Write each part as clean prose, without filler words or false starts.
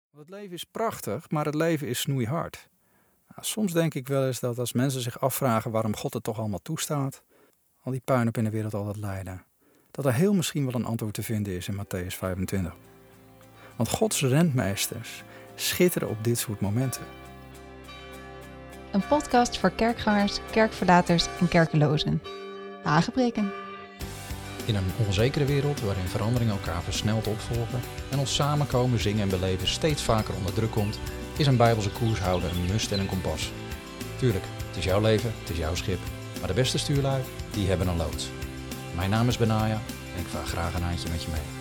Het leven is prachtig, maar het leven is snoeihard. Nou, soms denk ik wel eens dat als mensen zich afvragen waarom God het toch allemaal toestaat, al die puinhoop in de wereld altijd lijden, dat er heel misschien wel een antwoord te vinden is in Matthäus 25. Want Gods rentmeesters schitteren op dit soort momenten. Een podcast voor kerkgangers, kerkverlaters en kerkelozen. Hagebreken. In een onzekere wereld waarin veranderingen elkaar versneld opvolgen en ons samenkomen, zingen en beleven steeds vaker onder druk komt, is een Bijbelse koershouder een must en een kompas. Tuurlijk, het is jouw leven, het is jouw schip, maar de beste stuurlui, die hebben een loods. Mijn naam is Benaya en ik vaar graag een handje met je mee.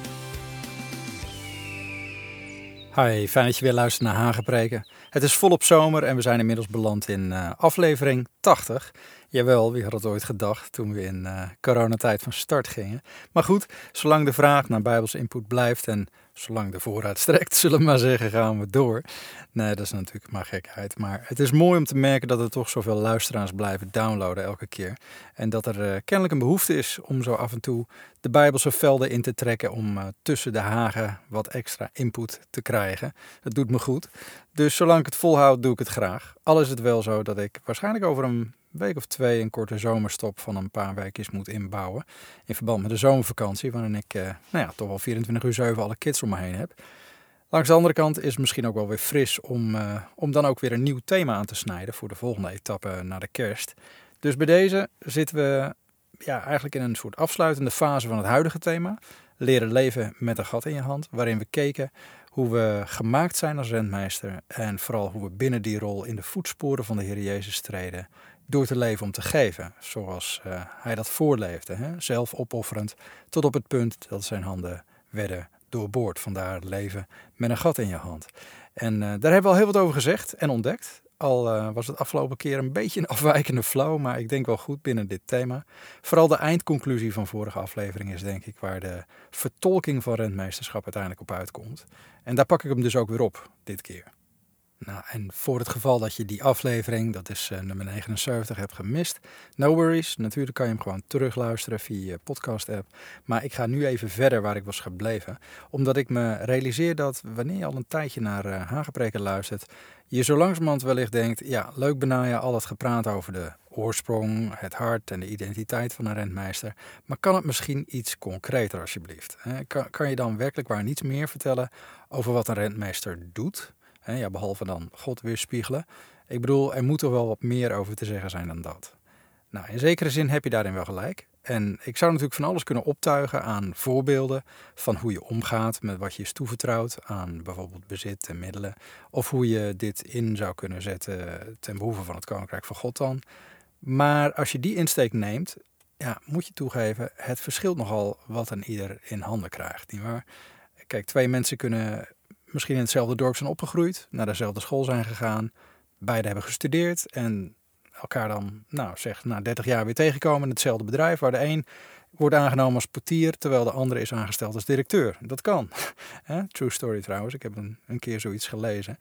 Hi, fijn dat je weer luistert naar Hagebreken. Het is volop zomer en we zijn inmiddels beland in aflevering 80. Jawel, wie had het ooit gedacht toen we in coronatijd van start gingen. Maar goed, zolang de vraag naar Bijbelse input blijft en zolang de voorraad strekt, zullen we maar zeggen, gaan we door. Nee, dat is natuurlijk maar gekheid. Maar het is mooi om te merken dat er toch zoveel luisteraars blijven downloaden elke keer. En dat er kennelijk een behoefte is om zo af en toe de Bijbelse velden in te trekken om tussen de hagen wat extra input te krijgen. Dat doet me goed. Dus zolang ik het volhoud, doe ik het graag. Al is het wel zo dat ik waarschijnlijk over een week of 2 een korte zomerstop van een paar weekjes moet inbouwen. In verband met de zomervakantie, waarin ik toch wel 24/7 alle kids om me heen heb. Langs de andere kant is het misschien ook wel weer fris om dan ook weer een nieuw thema aan te snijden voor de volgende etappe na de kerst. Dus bij deze zitten we eigenlijk in een soort afsluitende fase van het huidige thema. Leren leven met een gat in je hand, waarin we keken hoe we gemaakt zijn als rentmeester en vooral hoe we binnen die rol in de voetsporen van de Heer Jezus treden door te leven om te geven, zoals hij dat voorleefde, zelf opofferend, tot op het punt dat zijn handen werden doorboord. Vandaar leven met een gat in je hand. En daar hebben we al heel wat over gezegd en ontdekt. Al was het afgelopen keer een beetje een afwijkende flow, maar ik denk wel goed binnen dit thema. Vooral de eindconclusie van vorige aflevering is denk ik waar de vertolking van rentmeesterschap uiteindelijk op uitkomt. En daar pak ik hem dus ook weer op, dit keer. Nou, en voor het geval dat je die aflevering, dat is nummer 79, hebt gemist, no worries. Natuurlijk kan je hem gewoon terugluisteren via je podcast-app. Maar ik ga nu even verder waar ik was gebleven. Omdat ik me realiseer dat wanneer je al een tijdje naar Hagebreken luistert, je zo langzamerhand wellicht denkt, ja, leuk Benaya, al dat gepraat over de oorsprong, het hart en de identiteit van een rentmeester. Maar kan het misschien iets concreter alsjeblieft? Kan je dan werkelijk waar niets meer vertellen over wat een rentmeester doet? Ja, behalve dan God weerspiegelen. Ik bedoel, er moet er wel wat meer over te zeggen zijn dan dat. Nou, in zekere zin heb je daarin wel gelijk. En ik zou natuurlijk van alles kunnen optuigen aan voorbeelden van hoe je omgaat met wat je is toevertrouwd aan bijvoorbeeld bezit en middelen. Of hoe je dit in zou kunnen zetten ten behoeve van het Koninkrijk van God dan. Maar als je die insteek neemt, moet je toegeven, het verschilt nogal wat een ieder in handen krijgt, nietwaar? Kijk, 2 mensen kunnen misschien in hetzelfde dorp zijn opgegroeid, naar dezelfde school zijn gegaan, beide hebben gestudeerd en elkaar dan, na 30 jaar weer tegenkomen in hetzelfde bedrijf, waar de een wordt aangenomen als portier, terwijl de andere is aangesteld als directeur. Dat kan. True story trouwens, ik heb een keer zoiets gelezen.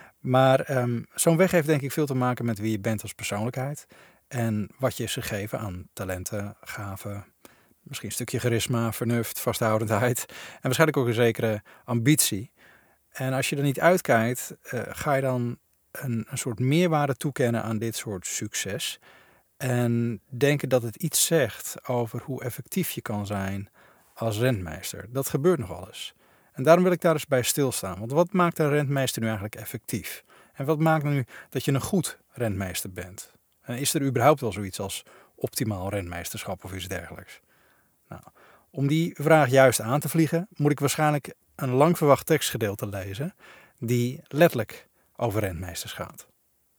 Maar zo'n weg heeft denk ik veel te maken met wie je bent als persoonlijkheid en wat je is gegeven aan talenten, gaven, misschien een stukje charisma, vernuft, vasthoudendheid en waarschijnlijk ook een zekere ambitie. En als je er niet uitkijkt, ga je dan een soort meerwaarde toekennen aan dit soort succes. En denken dat het iets zegt over hoe effectief je kan zijn als rentmeester. Dat gebeurt nog wel eens. En daarom wil ik daar eens bij stilstaan. Want wat maakt een rentmeester nu eigenlijk effectief? En wat maakt nu dat je een goed rentmeester bent? En is er überhaupt wel zoiets als optimaal rentmeesterschap of iets dergelijks? Nou, om die vraag juist aan te vliegen, moet ik waarschijnlijk een lang verwacht tekstgedeelte lezen die letterlijk over rentmeesters gaat.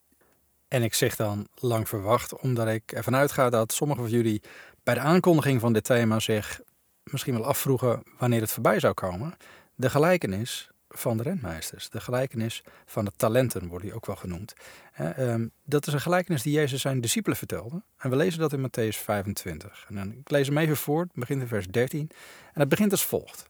En ik zeg dan lang verwacht omdat ik ervan uitga dat sommigen van jullie bij de aankondiging van dit thema zich misschien wel afvroegen wanneer het voorbij zou komen. De gelijkenis van de rentmeesters, de gelijkenis van de talenten wordt die ook wel genoemd. Dat is een gelijkenis die Jezus zijn discipelen vertelde. En we lezen dat in Matthäus 25. En dan, ik lees hem even voor, het begint in vers 13. En het begint als volgt.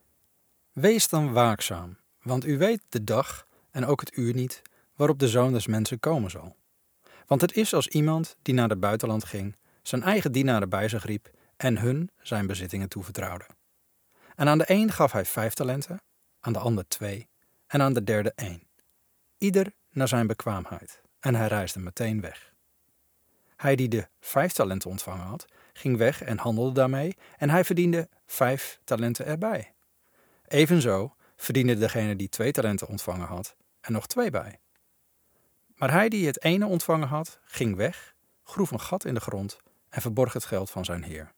Wees dan waakzaam, want u weet de dag en ook het uur niet waarop de Zoon des Mensen komen zal. Want het is als iemand die naar het buitenland ging, zijn eigen dienaren bij zich riep en hun zijn bezittingen toevertrouwde. En aan de een gaf hij 5 talenten, aan de ander 2 en aan de derde 1. Ieder naar zijn bekwaamheid. En hij reisde meteen weg. Hij die de 5 talenten ontvangen had, ging weg en handelde daarmee en hij verdiende 5 talenten erbij. Evenzo verdiende degene die 2 talenten ontvangen had er nog 2 bij. Maar hij die het ene ontvangen had, ging weg, groef een gat in de grond en verborg het geld van zijn heer.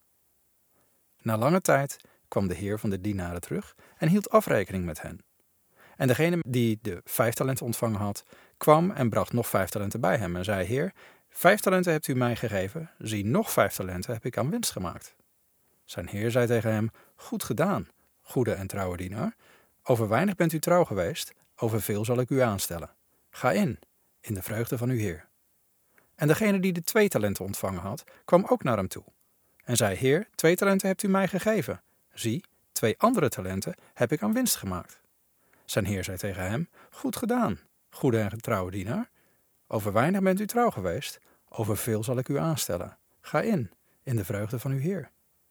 Na lange tijd kwam de heer van de dienaren terug en hield afrekening met hen. En degene die de 5 talenten ontvangen had, kwam en bracht nog 5 talenten bij hem en zei: Heer, 5 talenten hebt u mij gegeven, zie, nog 5 talenten heb ik aan winst gemaakt. Zijn heer zei tegen hem: Goed gedaan, goede en trouwe dienaar. Over weinig bent u trouw geweest, over veel zal ik u aanstellen. Ga in de vreugde van uw heer. En degene die de 2 talenten ontvangen had, kwam ook naar hem toe. En zei: Heer, 2 talenten hebt u mij gegeven. Zie, 2 andere talenten heb ik aan winst gemaakt. Zijn heer zei tegen hem: Goed gedaan, goede en trouwe dienaar. Over weinig bent u trouw geweest, over veel zal ik u aanstellen. Ga in de vreugde van uw heer.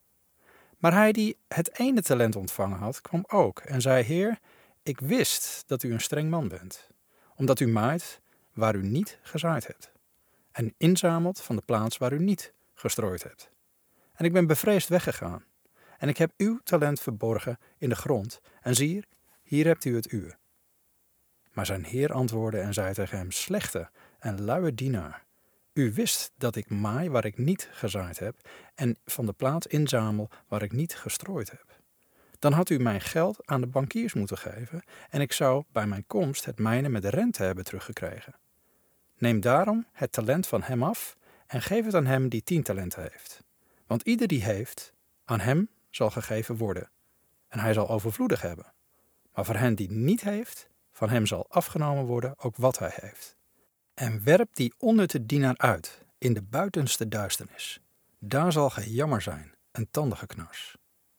Maar hij die het ene talent ontvangen had, kwam ook en zei: Heer, ik wist dat u een streng man bent, omdat u maait waar u niet gezaaid hebt, en inzamelt van de plaats waar u niet gestrooid hebt. En ik ben bevreesd weggegaan, en ik heb uw talent verborgen in de grond, en zie, hier hebt u het uwe. Maar zijn heer antwoordde en zei tegen hem: Slechte en luie dienaar, u wist dat ik maai waar ik niet gezaaid heb, en van de plaats inzamel waar ik niet gestrooid heb. Dan had u mijn geld aan de bankiers moeten geven, en ik zou bij mijn komst het mijne met rente hebben teruggekregen. Neem daarom het talent van hem af, en geef het aan hem die 10 talenten heeft. Want ieder die heeft, aan hem zal gegeven worden, en hij zal overvloedig hebben. Maar voor hen die niet heeft, van hem zal afgenomen worden ook wat hij heeft. En werp die onnutte dienaar uit in de buitenste duisternis. Daar zal gejammer zijn en tandengeknars.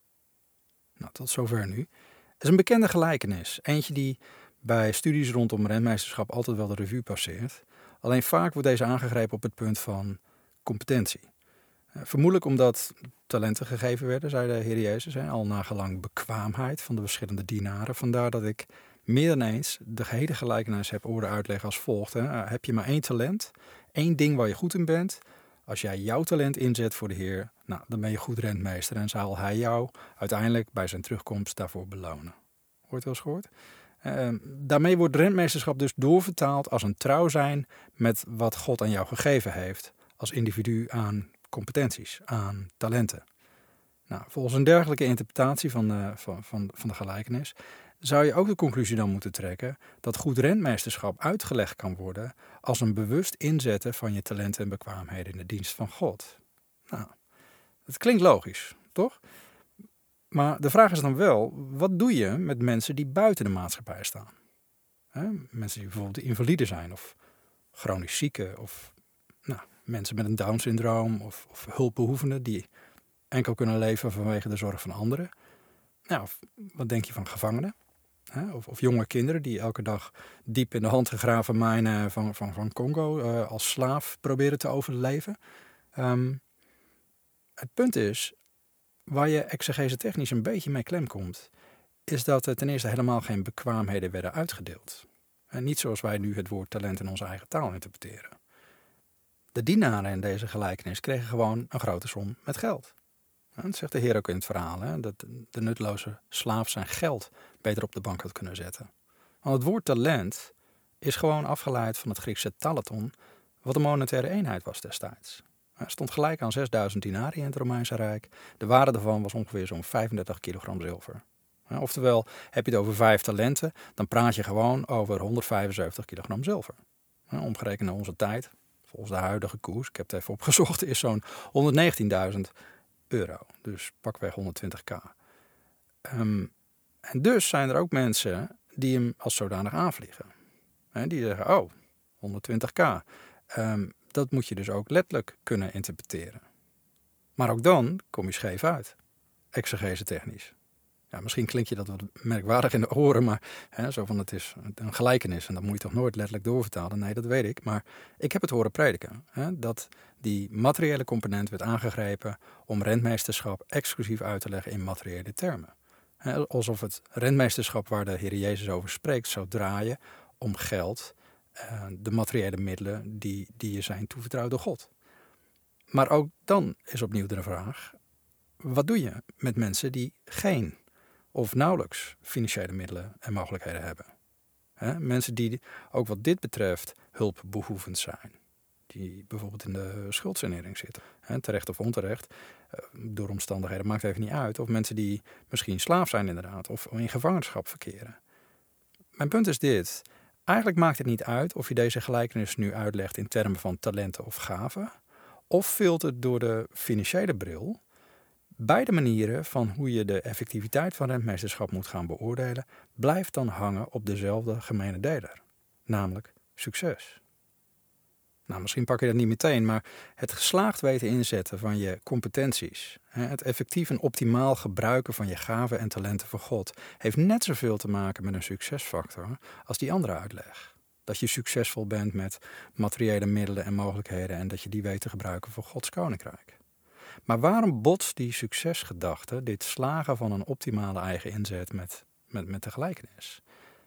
Nou, tot zover nu. Het is een bekende gelijkenis. Eentje die bij studies rondom rentmeesterschap altijd wel de revue passeert. Alleen vaak wordt deze aangegrepen op het punt van competentie. Vermoedelijk omdat talenten gegeven werden, zei de Heer Jezus, al nagelang bekwaamheid van de verschillende dienaren. Vandaar dat ik meer dan eens de gehele gelijkenis heb horen uitleggen als volgt. Heb je maar 1 talent, 1 ding waar je goed in bent. Als jij jouw talent inzet voor de Heer, nou, dan ben je goed rentmeester en zal hij jou uiteindelijk bij zijn terugkomst daarvoor belonen. Hoort wel eens gehoord? Daarmee wordt rentmeesterschap dus doorvertaald als een trouw zijn met wat God aan jou gegeven heeft als individu aan competenties, aan talenten. Nou, volgens een dergelijke interpretatie van de gelijkenis zou je ook de conclusie dan moeten trekken dat goed rentmeesterschap uitgelegd kan worden als een bewust inzetten van je talenten en bekwaamheden in de dienst van God. Nou, dat klinkt logisch, toch? Maar de vraag is dan wel, wat doe je met mensen die buiten de maatschappij staan? Mensen die bijvoorbeeld invalide zijn of chronisch zieken of mensen met een Down-syndroom of hulpbehoevenden die enkel kunnen leven vanwege de zorg van anderen. Nou, wat denk je van gevangenen? Of jonge kinderen die elke dag diep in de handgegraven mijnen van Congo als slaaf proberen te overleven. Het punt is, waar je exegese technisch een beetje mee klem komt, is dat er ten eerste helemaal geen bekwaamheden werden uitgedeeld. En niet zoals wij nu het woord talent in onze eigen taal interpreteren. De dienaren in deze gelijkenis kregen gewoon een grote som met geld. Dat zegt de Heer ook in het verhaal, dat de nutteloze slaaf zijn geld beter op de bank had kunnen zetten. Want het woord talent is gewoon afgeleid van het Griekse talaton, wat een monetaire eenheid was destijds. Het stond gelijk aan 6000 dinari in het Romeinse Rijk. De waarde daarvan was ongeveer zo'n 35 kilogram zilver. Oftewel, heb je het over 5 talenten, dan praat je gewoon over 175 kilogram zilver. Omgerekend naar onze tijd, volgens de huidige koers, ik heb het even opgezocht, is zo'n 119.000 euro. Dus pakweg 120k. En dus zijn er ook mensen die hem als zodanig aanvliegen. Die zeggen, 120k. Dat moet je dus ook letterlijk kunnen interpreteren. Maar ook dan kom je scheef uit. Exegese technisch. Ja, misschien klinkt je dat wat merkwaardig in de oren, maar zo van het is een gelijkenis en dat moet je toch nooit letterlijk doorvertalen. Nee, dat weet ik, maar ik heb het horen prediken. Dat die materiële component werd aangegrepen om rentmeesterschap exclusief uit te leggen in materiële termen. Alsof het rentmeesterschap waar de Heer Jezus over spreekt zou draaien om geld, de materiële middelen die je zijn toevertrouwd door God. Maar ook dan is opnieuw de vraag, wat doe je met mensen die geen of nauwelijks financiële middelen en mogelijkheden hebben? Mensen die ook wat dit betreft hulpbehoevend zijn. Die bijvoorbeeld in de schuldsanering zitten. Terecht of onterecht, door omstandigheden, maakt even niet uit. Of mensen die misschien slaaf zijn inderdaad, of in gevangenschap verkeren. Mijn punt is dit. Eigenlijk maakt het niet uit of je deze gelijkenis nu uitlegt in termen van talenten of gaven, of filtert door de financiële bril. Beide manieren van hoe je de effectiviteit van rentmeesterschap moet gaan beoordelen, blijft dan hangen op dezelfde gemene deler, namelijk succes. Nou, misschien pak je dat niet meteen, maar het geslaagd weten inzetten van je competenties, het effectief en optimaal gebruiken van je gaven en talenten voor God, heeft net zoveel te maken met een succesfactor als die andere uitleg. Dat je succesvol bent met materiële middelen en mogelijkheden en dat je die weet te gebruiken voor Gods koninkrijk. Maar waarom botst die succesgedachte, dit slagen van een optimale eigen inzet met de gelijkenis?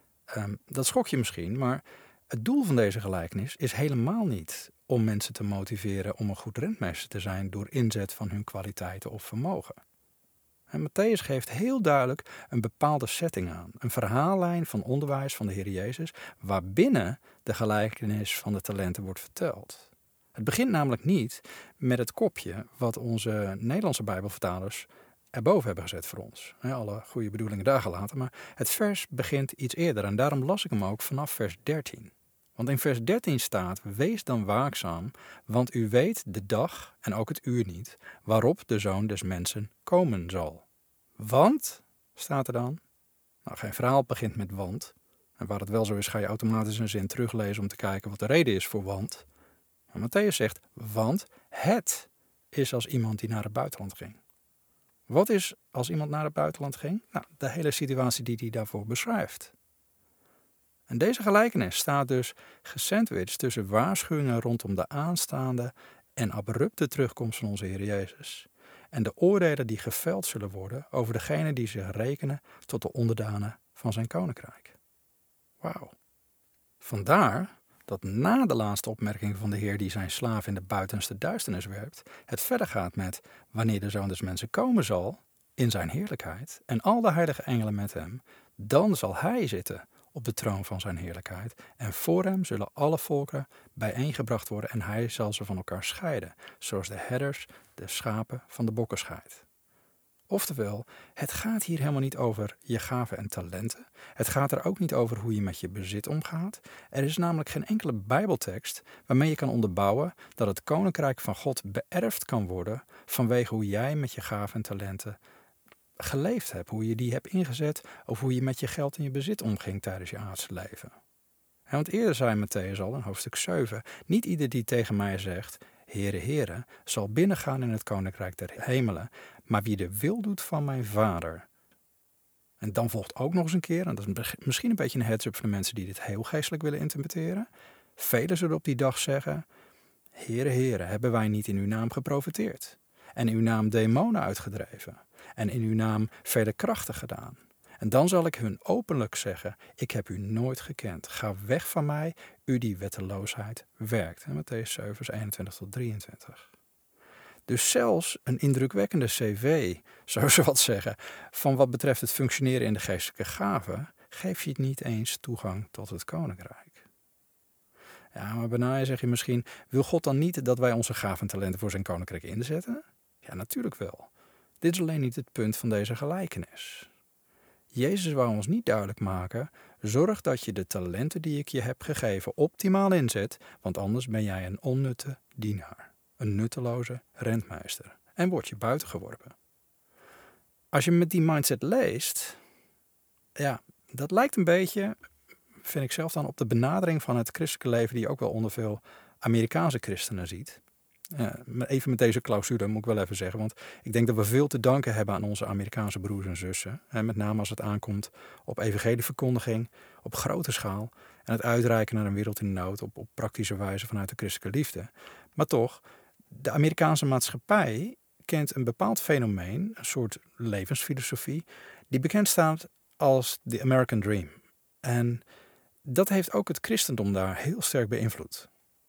Dat schok je misschien, maar het doel van deze gelijkenis is helemaal niet om mensen te motiveren om een goed rentmeester te zijn door inzet van hun kwaliteiten of vermogen. En Mattheüs geeft heel duidelijk een bepaalde setting aan, een verhaallijn van onderwijs van de Heer Jezus, waarbinnen de gelijkenis van de talenten wordt verteld. Het begint namelijk niet met het kopje wat onze Nederlandse Bijbelvertalers erboven hebben gezet voor ons. Alle goede bedoelingen daar gelaten, maar het vers begint iets eerder en daarom las ik hem ook vanaf vers 13. Want in vers 13 staat, wees dan waakzaam, want u weet de dag en ook het uur niet, waarop de Zoon des Mensen komen zal. Want, staat er dan, nou geen verhaal begint met want, en waar het wel zo is ga je automatisch een zin teruglezen om te kijken wat de reden is voor want. Maar Mattheüs zegt, want het is als iemand die naar het buitenland ging. Wat is als iemand naar het buitenland ging? Nou, de hele situatie die hij daarvoor beschrijft. En deze gelijkenis staat dus gesandwiched tussen waarschuwingen rondom de aanstaande en abrupte terugkomst van onze Heer Jezus. En de oordelen die geveld zullen worden over degenen die zich rekenen tot de onderdanen van zijn koninkrijk. Wauw. Vandaar dat na de laatste opmerking van de Heer die zijn slaaf in de buitenste duisternis werpt, het verder gaat met wanneer de Zoon des Mensen komen zal in zijn heerlijkheid en al de heilige engelen met hem, dan zal hij zitten op de troon van zijn heerlijkheid en voor hem zullen alle volken bijeengebracht worden en hij zal ze van elkaar scheiden, zoals de herders de schapen van de bokken scheidt. Oftewel, het gaat hier helemaal niet over je gaven en talenten. Het gaat er ook niet over hoe je met je bezit omgaat. Er is namelijk geen enkele Bijbeltekst waarmee je kan onderbouwen dat het koninkrijk van God beërfd kan worden vanwege hoe jij met je gaven en talenten geleefd hebt. Hoe je die hebt ingezet of hoe je met je geld en je bezit omging tijdens je aardse leven. Want eerder zei Mattheüs al in hoofdstuk 7, niet ieder die tegen mij zegt, Heere, Heere, zal binnengaan in het koninkrijk der hemelen, maar wie de wil doet van mijn Vader. En dan volgt ook nog eens een keer, en dat is misschien een beetje een heads-up voor de mensen die dit heel geestelijk willen interpreteren. Velen zullen op die dag zeggen, Heere, Heere, hebben wij niet in uw naam geprofeteerd? En in uw naam demonen uitgedreven? En in uw naam vele krachten gedaan? En dan zal ik hun openlijk zeggen, ik heb u nooit gekend. Ga weg van mij, u die wetteloosheid werkt. En Mattheüs 7, vers 21 tot 23. Dus zelfs een indrukwekkende cv, zo ze wat zeggen, van wat betreft het functioneren in de geestelijke gaven, geeft je niet eens toegang tot het koninkrijk. Ja, maar bijna zeg je misschien, wil God dan niet dat wij onze gaven en talenten voor zijn koninkrijk inzetten? Ja, natuurlijk wel. Dit is alleen niet het punt van deze gelijkenis. Jezus wou ons niet duidelijk maken, zorg dat je de talenten die ik je heb gegeven optimaal inzet, want anders ben jij een onnutte dienaar, een nutteloze rentmeester en word je buiten geworpen. Als je met die mindset leest, ja, dat lijkt een beetje, vind ik zelf dan, op de benadering van het christelijke leven die je ook wel onder veel Amerikaanse christenen ziet. Even met deze clausule moet ik wel even zeggen, want ik denk dat we veel te danken hebben aan onze Amerikaanse broers en zussen. Met name als het aankomt op evangelieverkondiging, op grote schaal en het uitreiken naar een wereld in nood op praktische wijze vanuit de christelijke liefde. Maar toch, de Amerikaanse maatschappij kent een bepaald fenomeen, een soort levensfilosofie, die bekend staat als The American Dream. En dat heeft ook het christendom daar heel sterk beïnvloed.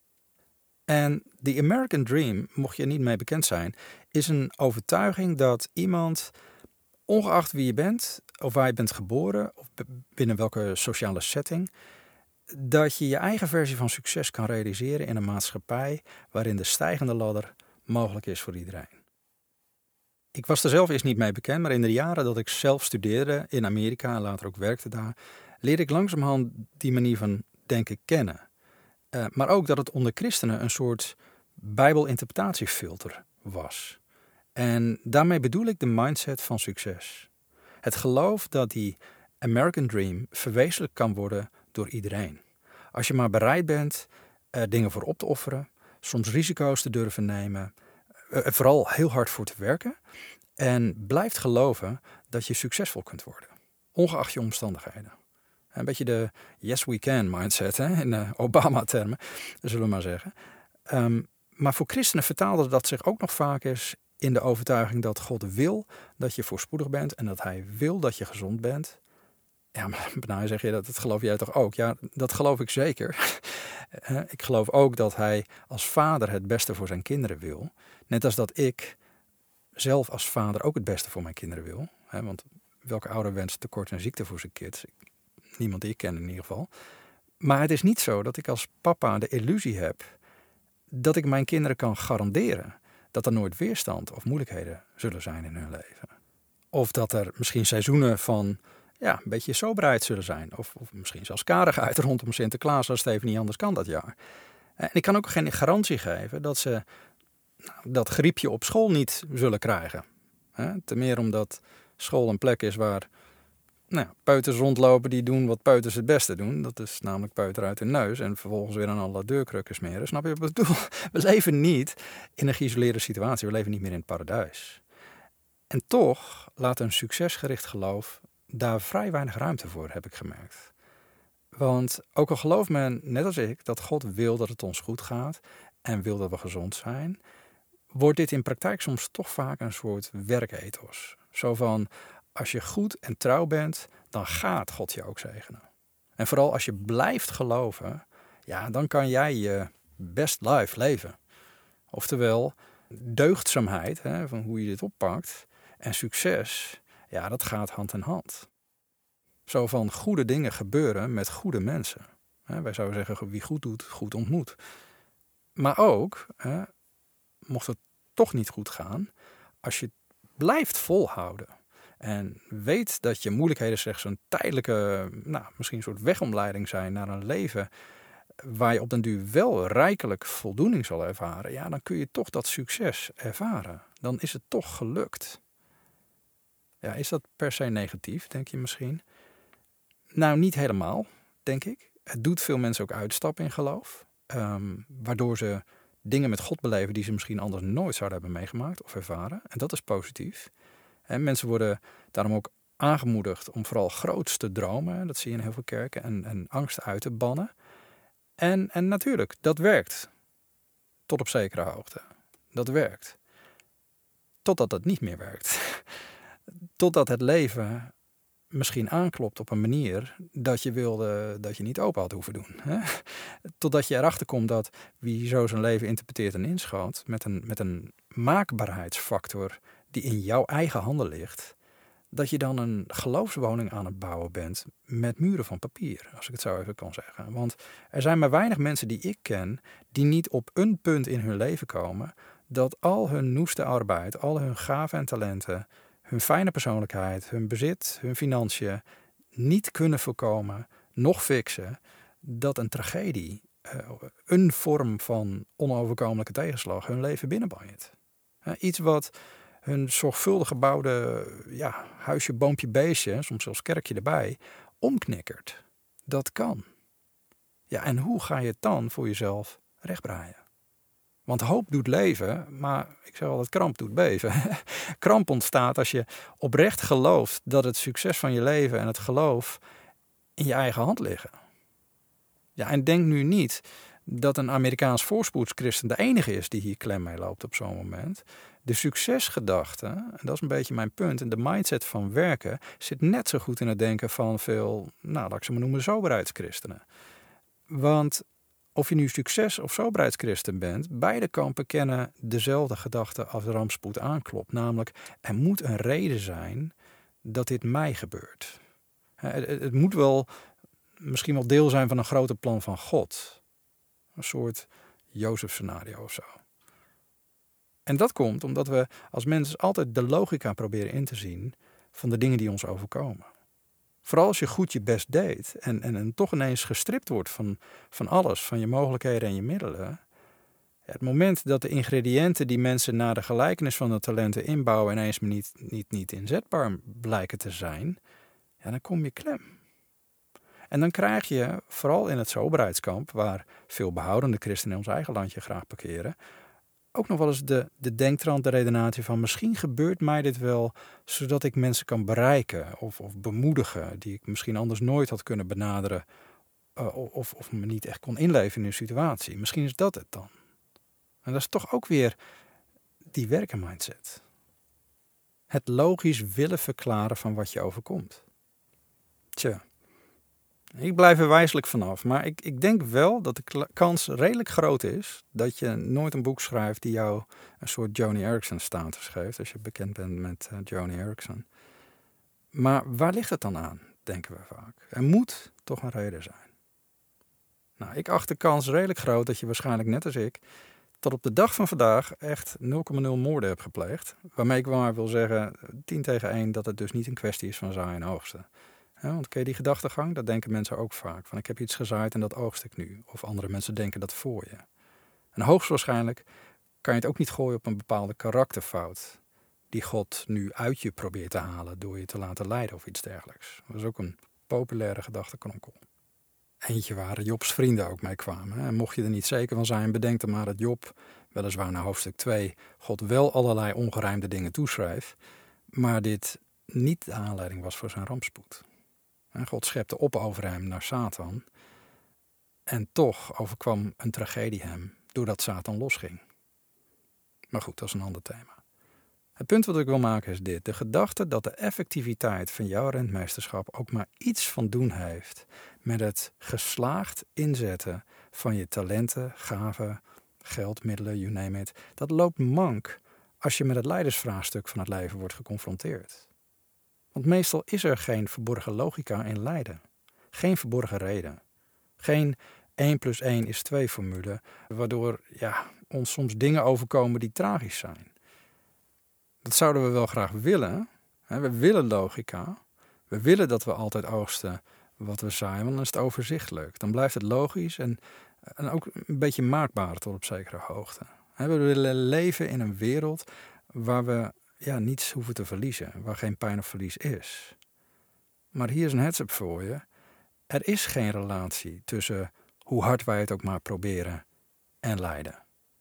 En The American Dream, mocht je niet mee bekend zijn, is een overtuiging dat iemand, ongeacht wie je bent, of waar je bent geboren, of binnen welke sociale setting, dat je je eigen versie van succes kan realiseren in een maatschappij waarin de stijgende ladder mogelijk is voor iedereen. Ik was er zelf eerst niet mee bekend, maar in de jaren dat ik zelf studeerde in Amerika en later ook werkte daar, leerde ik langzamerhand die manier van denken kennen. Maar ook dat het onder christenen een soort bijbelinterpretatiefilter was. En daarmee bedoel ik de mindset van succes. Het geloof dat die American Dream verwezenlijkt kan worden door iedereen. Als je maar bereid bent dingen voor op te offeren, soms risico's te durven nemen, vooral heel hard voor te werken en blijft geloven dat je succesvol kunt worden, ongeacht je omstandigheden. Een beetje de yes we can mindset, hè? In Obama-termen, zullen we maar zeggen. Maar voor christenen vertaalde dat zich ook nog vaak eens in de overtuiging dat God wil dat je voorspoedig bent en dat hij wil dat je gezond bent. Ja, maar bijna zeg je dat geloof jij toch ook? Ja, dat geloof ik zeker. Ik geloof ook dat hij als vader het beste voor zijn kinderen wil. Net als dat ik zelf als vader ook het beste voor mijn kinderen wil. Want welke ouder wenst tekort en ziekte voor zijn kids? Niemand die ik ken in ieder geval. Maar het is niet zo dat ik als papa de illusie heb dat ik mijn kinderen kan garanderen dat er nooit weerstand of moeilijkheden zullen zijn in hun leven. Of dat er misschien seizoenen van een beetje soberheid zullen zijn. Of misschien zelfs karigheid rondom Sinterklaas als het even niet anders kan dat jaar. En ik kan ook geen garantie geven dat ze dat griepje op school niet zullen krijgen. Ten meer omdat school een plek is waar peuters rondlopen die doen wat peuters het beste doen. Dat is namelijk peuter uit hun neus en vervolgens weer aan alle deurkrukken smeren. Snap je wat ik bedoel? We leven niet in een geïsoleerde situatie. We leven niet meer in het paradijs. En toch laat een succesgericht geloof daar vrij weinig ruimte voor, heb ik gemerkt. Want ook al gelooft men, net als ik, dat God wil dat het ons goed gaat en wil dat we gezond zijn, wordt dit in praktijk soms toch vaak een soort werkethos. Zo van, als je goed en trouw bent, dan gaat God je ook zegenen. En vooral als je blijft geloven, dan kan jij je best life leven. Oftewel, deugdzaamheid, van hoe je dit oppakt, en succes, dat gaat hand in hand. Zo van goede dingen gebeuren met goede mensen. Wij zouden zeggen, wie goed doet, goed ontmoet. Maar ook, mocht het toch niet goed gaan, als je blijft volhouden en weet dat je moeilijkheden slechts een tijdelijke, misschien een soort wegomleiding zijn naar een leven waar je op den duur wel rijkelijk voldoening zal ervaren, dan kun je toch dat succes ervaren. Dan is het toch gelukt. Ja, is dat per se negatief, denk je misschien? Nou, niet helemaal, denk ik. Het doet veel mensen ook uitstappen in geloof. Waardoor ze dingen met God beleven die ze misschien anders nooit zouden hebben meegemaakt of ervaren. En dat is positief. En mensen worden daarom ook aangemoedigd om vooral groots te dromen. Dat zie je in heel veel kerken. En angst uit te bannen. En natuurlijk, dat werkt. Tot op zekere hoogte. Dat werkt. Totdat het niet meer werkt. Totdat het leven misschien aanklopt op een manier dat je wilde dat je niet open had hoeven doen. Hè? Totdat je erachter komt dat wie zo zijn leven interpreteert en inschat met een maakbaarheidsfactor die in jouw eigen handen ligt, dat je dan een geloofswoning aan het bouwen bent met muren van papier, als ik het zo even kan zeggen. Want er zijn maar weinig mensen die ik ken die niet op een punt in hun leven komen dat al hun noeste arbeid, al hun gaven en talenten, hun fijne persoonlijkheid, hun bezit, hun financiën niet kunnen voorkomen, nog fixen, dat een tragedie, een vorm van onoverkomelijke tegenslag hun leven binnenbanjert. Iets wat hun zorgvuldig gebouwde huisje, boompje, beestje, soms zelfs kerkje erbij, omknikkert. Dat kan. Ja, en hoe ga je het dan voor jezelf rechtbraaien? Want hoop doet leven, maar ik zeg altijd kramp doet beven. Kramp ontstaat als je oprecht gelooft dat het succes van je leven en het geloof in je eigen hand liggen. Ja, en denk nu niet dat een Amerikaans voorspoedschristen de enige is die hier klem mee loopt op zo'n moment. De succesgedachte, en dat is een beetje mijn punt, en de mindset van werken zit net zo goed in het denken van veel, laat ik ze maar noemen, soberheidschristenen. Want of je nu succes- of soberheidschristen bent, beide kampen kennen dezelfde gedachte als rampspoed aanklopt. Namelijk, er moet een reden zijn dat dit mij gebeurt. Het moet wel misschien wel deel zijn van een groter plan van God. Een soort Jozef-scenario of zo. En dat komt omdat we als mensen altijd de logica proberen in te zien van de dingen die ons overkomen. Vooral als je goed je best deed en toch ineens gestript wordt van alles, van je mogelijkheden en je middelen. Het moment dat de ingrediënten die mensen naar de gelijkenis van de talenten inbouwen ineens niet inzetbaar blijken te zijn, ja, dan kom je klem. En dan krijg je, vooral in het soberheidskamp, waar veel behoudende christenen in ons eigen landje graag parkeren, ook nog wel eens de denktrand, de redenatie van misschien gebeurt mij dit wel zodat ik mensen kan bereiken of bemoedigen die ik misschien anders nooit had kunnen benaderen of me niet echt kon inleven in een situatie. Misschien is dat het dan. En dat is toch ook weer die werkenmindset. Het logisch willen verklaren van wat je overkomt. Tja. Ik blijf er wijselijk vanaf, maar ik denk wel dat de kans redelijk groot is dat je nooit een boek schrijft die jou een soort Joni Eareckson status geeft, als je bekend bent met Joni Eareckson. Maar waar ligt het dan aan, denken we vaak. Er moet toch een reden zijn. Nou, ik acht de kans redelijk groot dat je waarschijnlijk net als ik tot op de dag van vandaag echt 0,0 moorden hebt gepleegd. Waarmee ik maar wil zeggen 10-1 dat het dus niet een kwestie is van zaaien en oogsten. Ja, want ken je die gedachtegang? Dat denken mensen ook vaak. Van ik heb iets gezaaid en dat oogst ik nu. Of andere mensen denken dat voor je. En hoogstwaarschijnlijk kan je het ook niet gooien op een bepaalde karakterfout. Die God nu uit je probeert te halen door je te laten leiden of iets dergelijks. Dat is ook een populaire gedachtekronkel. Eentje waar Jobs vrienden ook mee kwamen. En mocht je er niet zeker van zijn, bedenk dan maar dat Job, weliswaar naar hoofdstuk 2, God wel allerlei ongerijmde dingen toeschrijft. Maar dit niet de aanleiding was voor zijn rampspoed. God schepte op over hem naar Satan. En toch overkwam een tragedie hem doordat Satan losging. Maar goed, dat is een ander thema. Het punt wat ik wil maken is dit. De gedachte dat de effectiviteit van jouw rentmeesterschap ook maar iets van doen heeft met het geslaagd inzetten van je talenten, gaven, geld, middelen, you name it. Dat loopt mank als je met het leidersvraagstuk van het leven wordt geconfronteerd. Want meestal is er geen verborgen logica in lijden. Geen verborgen reden. Geen 1 + 1 = 2 formule, waardoor ons soms dingen overkomen die tragisch zijn. Dat zouden we wel graag willen. We willen logica. We willen dat we altijd oogsten wat we zaaien, want dan is het overzichtelijk. Dan blijft het logisch en ook een beetje maakbaar tot op zekere hoogte. We willen leven in een wereld waar we niets hoeven te verliezen, waar geen pijn of verlies is. Maar hier is een heads-up voor je. Er is geen relatie tussen hoe hard wij het ook maar proberen en lijden.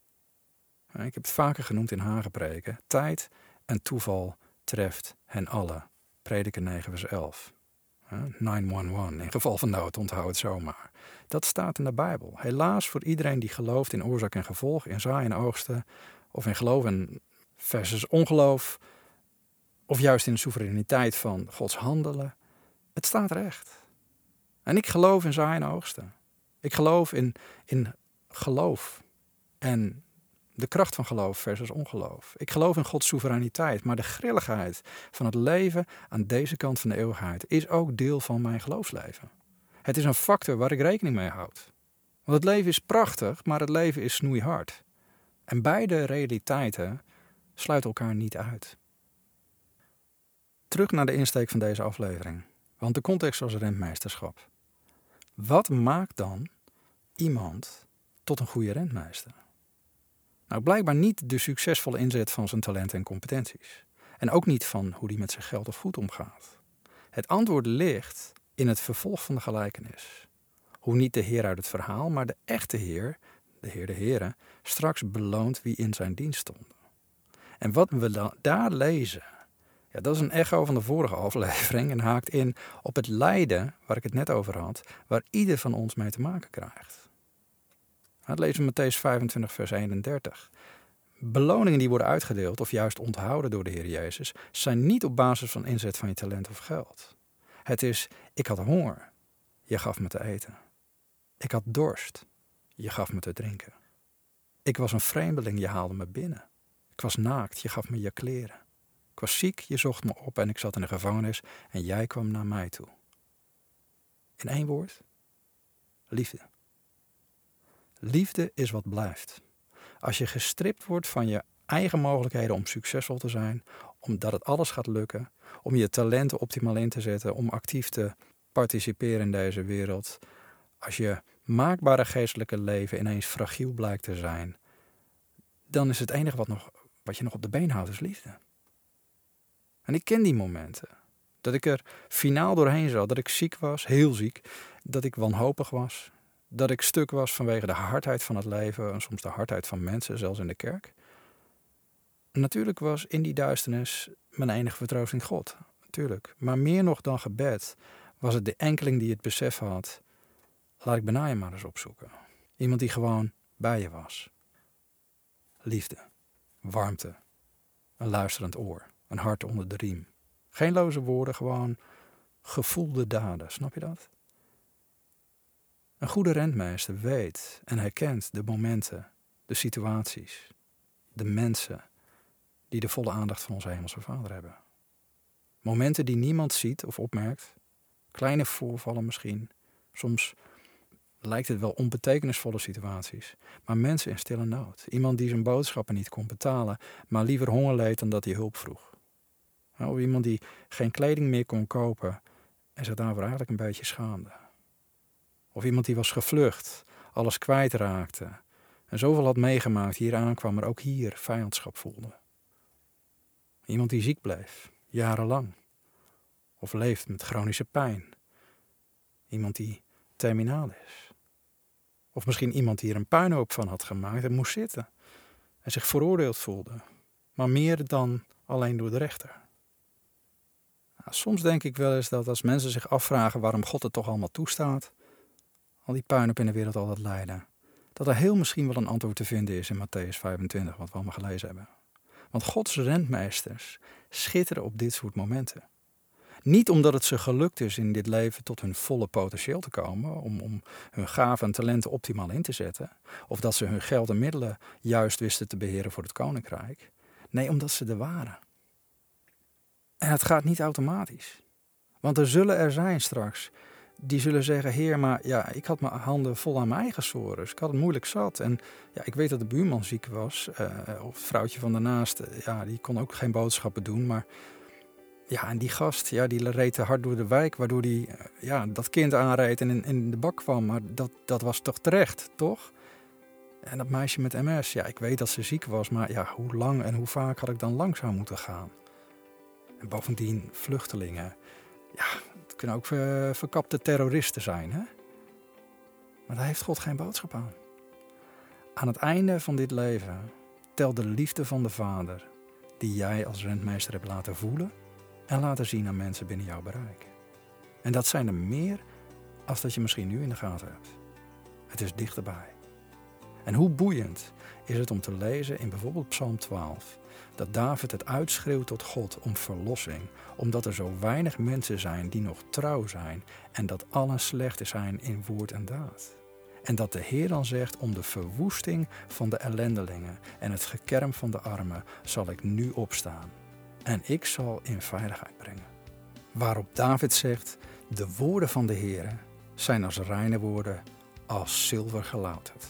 Ik heb het vaker genoemd in Hagepreken. Tijd en toeval treft hen allen. Prediker 9:11. 911, in geval van nood, onthoud het zomaar. Dat staat in de Bijbel. Helaas voor iedereen die gelooft in oorzaak en gevolg, in zaaien en oogsten, of in geloof en versus ongeloof, of juist in de soevereiniteit van Gods handelen. Het staat recht. En ik geloof in zaaien en oogsten. Ik geloof in geloof en de kracht van geloof versus ongeloof. Ik geloof in Gods soevereiniteit, maar de grilligheid van het leven aan deze kant van de eeuwigheid is ook deel van mijn geloofsleven. Het is een factor waar ik rekening mee houd. Want het leven is prachtig, maar het leven is snoeihard. En beide realiteiten sluiten elkaar niet uit. Terug naar de insteek van deze aflevering, want de context was rentmeesterschap. Wat maakt dan iemand tot een goede rentmeester? Nou, blijkbaar niet de succesvolle inzet van zijn talenten en competenties. En ook niet van hoe hij met zijn geld of goed omgaat. Het antwoord ligt in het vervolg van de gelijkenis. Hoe niet de Heer uit het verhaal, maar de echte Heer, de Heer de Heren, straks beloont wie in zijn dienst stonden. En wat we daar lezen, dat is een echo van de vorige aflevering en haakt in op het lijden, waar ik het net over had, waar ieder van ons mee te maken krijgt. Het lezen we Mattheüs 25 vers 31. Beloningen die worden uitgedeeld of juist onthouden door de Heer Jezus zijn niet op basis van inzet van je talent of geld. Het is, ik had honger, je gaf me te eten. Ik had dorst, je gaf me te drinken. Ik was een vreemdeling, je haalde me binnen. Ik was naakt, je gaf me je kleren. Ik was ziek, je zocht me op en ik zat in de gevangenis en jij kwam naar mij toe. In 1 woord, liefde. Liefde is wat blijft. Als je gestript wordt van je eigen mogelijkheden om succesvol te zijn, omdat het alles gaat lukken, om je talenten optimaal in te zetten, om actief te participeren in deze wereld, als je maakbare geestelijke leven ineens fragiel blijkt te zijn, dan is het enige wat je nog op de been houdt, is liefde. En ik ken die momenten. Dat ik er finaal doorheen zat, dat ik ziek was, heel ziek, dat ik wanhopig was, dat ik stuk was vanwege de hardheid van het leven en soms de hardheid van mensen, zelfs in de kerk. Natuurlijk was in die duisternis mijn enige vertroosting God, natuurlijk. Maar meer nog dan gebed was het de enkeling die het besef had, laat ik Benaja maar eens opzoeken. Iemand die gewoon bij je was. Liefde, warmte, een luisterend oor, een hart onder de riem. Geen loze woorden, gewoon gevoelde daden, snap je dat? Een goede rentmeester weet en herkent de momenten, de situaties, de mensen die de volle aandacht van onze hemelse Vader hebben. Momenten die niemand ziet of opmerkt, kleine voorvallen misschien, soms lijkt het wel onbetekenisvolle situaties, maar mensen in stille nood. Iemand die zijn boodschappen niet kon betalen, maar liever honger leed dan dat hij hulp vroeg. Of iemand die geen kleding meer kon kopen en zich daarvoor eigenlijk een beetje schaamde. Of iemand die was gevlucht, alles kwijtraakte en zoveel had meegemaakt, hier aankwam, maar ook hier vijandschap voelde. Iemand die ziek bleef, jarenlang. Of leeft met chronische pijn. Iemand die terminaal is. Of misschien iemand die er een puinhoop van had gemaakt en moest zitten. En zich veroordeeld voelde. Maar meer dan alleen door de rechter. Nou, soms denk ik wel eens dat als mensen zich afvragen waarom God het toch allemaal toestaat, al die puinhoop in de wereld, al dat lijden, dat er heel misschien wel een antwoord te vinden is in Mattheüs 25, wat we allemaal gelezen hebben. Want Gods rentmeesters schitteren op dit soort momenten. Niet omdat het ze gelukt is in dit leven tot hun volle potentieel te komen, om hun gaven en talenten optimaal in te zetten, of dat ze hun geld en middelen juist wisten te beheren voor het koninkrijk. Nee, omdat ze er waren. En het gaat niet automatisch. Want er zullen er zijn straks die zullen zeggen, Heer, maar ja, ik had mijn handen vol aan mijn eigen sores. Ik had het moeilijk zat. En ja, ik weet dat de buurman ziek was. Of het vrouwtje van daarnaast, die kon ook geen boodschappen doen. Maar ja, en die gast, die reed te hard door de wijk, waardoor die dat kind aanreed en in de bak kwam. Maar dat was toch terecht, toch? En dat meisje met MS, ik weet dat ze ziek was. Maar hoe lang en hoe vaak had ik dan langzaam moeten gaan? En bovendien vluchtelingen. Het kunnen ook verkapte terroristen zijn, hè? Maar daar heeft God geen boodschap aan. Aan het einde van dit leven telt de liefde van de Vader, die jij als rentmeester hebt laten voelen en laten zien aan mensen binnen jouw bereik. En dat zijn er meer als dat je misschien nu in de gaten hebt. Het is dichterbij. En hoe boeiend is het om te lezen in bijvoorbeeld Psalm 12... dat David het uitschreeuwt tot God om verlossing, omdat er zo weinig mensen zijn die nog trouw zijn en dat allen slecht zijn in woord en daad. En dat de Heer dan zegt, om de verwoesting van de ellendelingen en het gekerm van de armen zal ik nu opstaan. En ik zal in veiligheid brengen. Waarop David zegt, de woorden van de Heer zijn als reine woorden, als zilver gelouterd.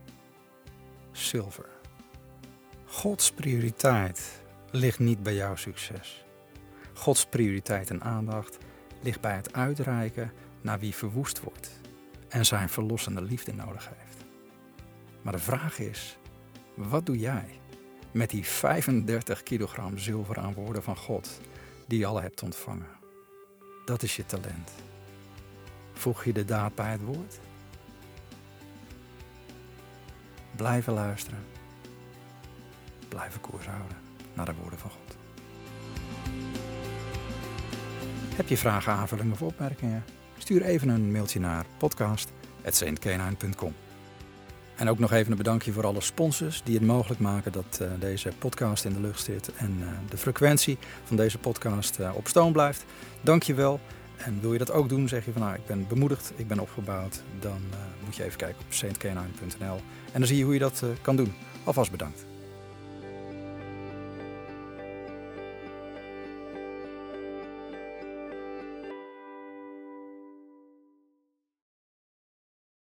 Zilver. Gods prioriteit ligt niet bij jouw succes. Gods prioriteit en aandacht ligt bij het uitreiken naar wie verwoest wordt en zijn verlossende liefde nodig heeft. Maar de vraag is, wat doe jij met die 35 kilogram zilver aan woorden van God die je al hebt ontvangen? Dat is je talent. Voeg je de daad bij het woord? Blijven luisteren. Blijven koers houden naar de woorden van God. Heb je vragen, aanvullingen of opmerkingen? Stuur even een mailtje naar podcast@saintkenijn.com. En ook nog even een bedankje voor alle sponsors die het mogelijk maken dat deze podcast in de lucht zit. En de frequentie van deze podcast op stoom blijft. Dank je wel. En wil je dat ook doen, zeg je van ik ben bemoedigd, ik ben opgebouwd. Dan moet je even kijken op saintcanine.nl. En dan zie je hoe je dat kan doen. Alvast bedankt.